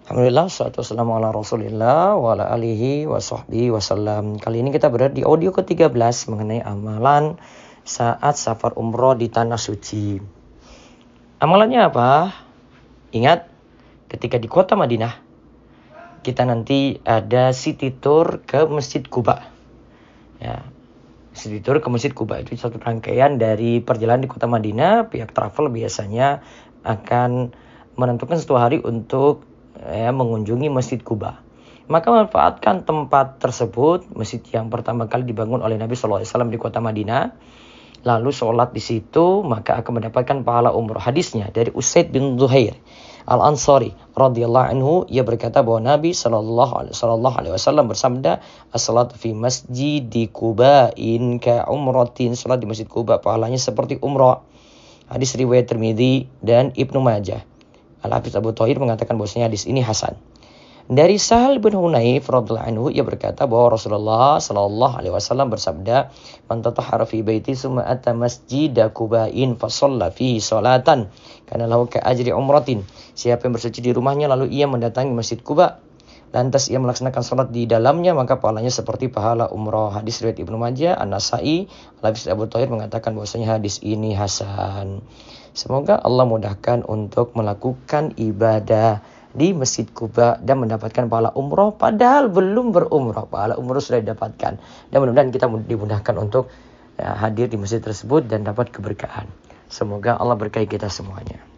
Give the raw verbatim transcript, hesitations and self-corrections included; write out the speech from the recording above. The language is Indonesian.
Alhamdulillah, salatu wassalamu ala rasulillah wa ala alihi wa sahbihi wasallam. Kali ini kita berada di audio ke tiga belas mengenai amalan saat safar umroh di Tanah Suci. Amalannya apa? Ingat, ketika di kota Madinah, kita nanti ada city tour ke Masjid Quba. Ya, city tour ke Masjid Quba itu satu rangkaian dari perjalanan di kota Madinah. Pihak travel biasanya akan menentukan satu hari untuk ya, mengunjungi Masjid Quba. Maka manfaatkan tempat tersebut, masjid yang pertama kali dibangun oleh Nabi shallallahu alaihi wasallam di kota Madinah. Lalu sholat di situ, maka akan mendapatkan pahala umroh. Hadisnya dari Usaid bin Zuhair Al-Ansari radhiyallahu anhu, ia berkata bahwa Nabi shallallahu alaihi wasallam bersabda, as-salatu fi masjidi Quba'in ka umratin. Salat di Masjid Quba pahalanya seperti umrah. Hadis riwayat Tirmidzi dan Ibnu Majah. Al-Hafiz Abu Thahir mengatakan bahwasanya hadis ini hasan. Dari Sahal bin Hunayf radhiyallahu anhu, ia berkata bahwa Rasulullah sallallahu alaihi wasallam bersabda, "Man tatahhara fi baiti summa ata masjida Quba'in fa shalla fihi salatan kana lahu ka ajri umratin." Siapa yang bersuci di rumahnya lalu ia mendatangi Masjid Quba, lantas ia melaksanakan salat di dalamnya, maka pahalanya seperti pahala umrah. Hadis riwayat Ibnu Majah, An-Nasai. Al-Hafiz Abu Thahir mengatakan bahwasanya hadis ini hasan. Semoga Allah mudahkan untuk melakukan ibadah di Masjid Quba dan mendapatkan pahala umroh padahal belum berumroh. Pahala umroh sudah didapatkan. Dan mudah-mudahan kita dimudahkan untuk ya, hadir di masjid tersebut dan dapat keberkahan. Semoga Allah berkahi kita semuanya.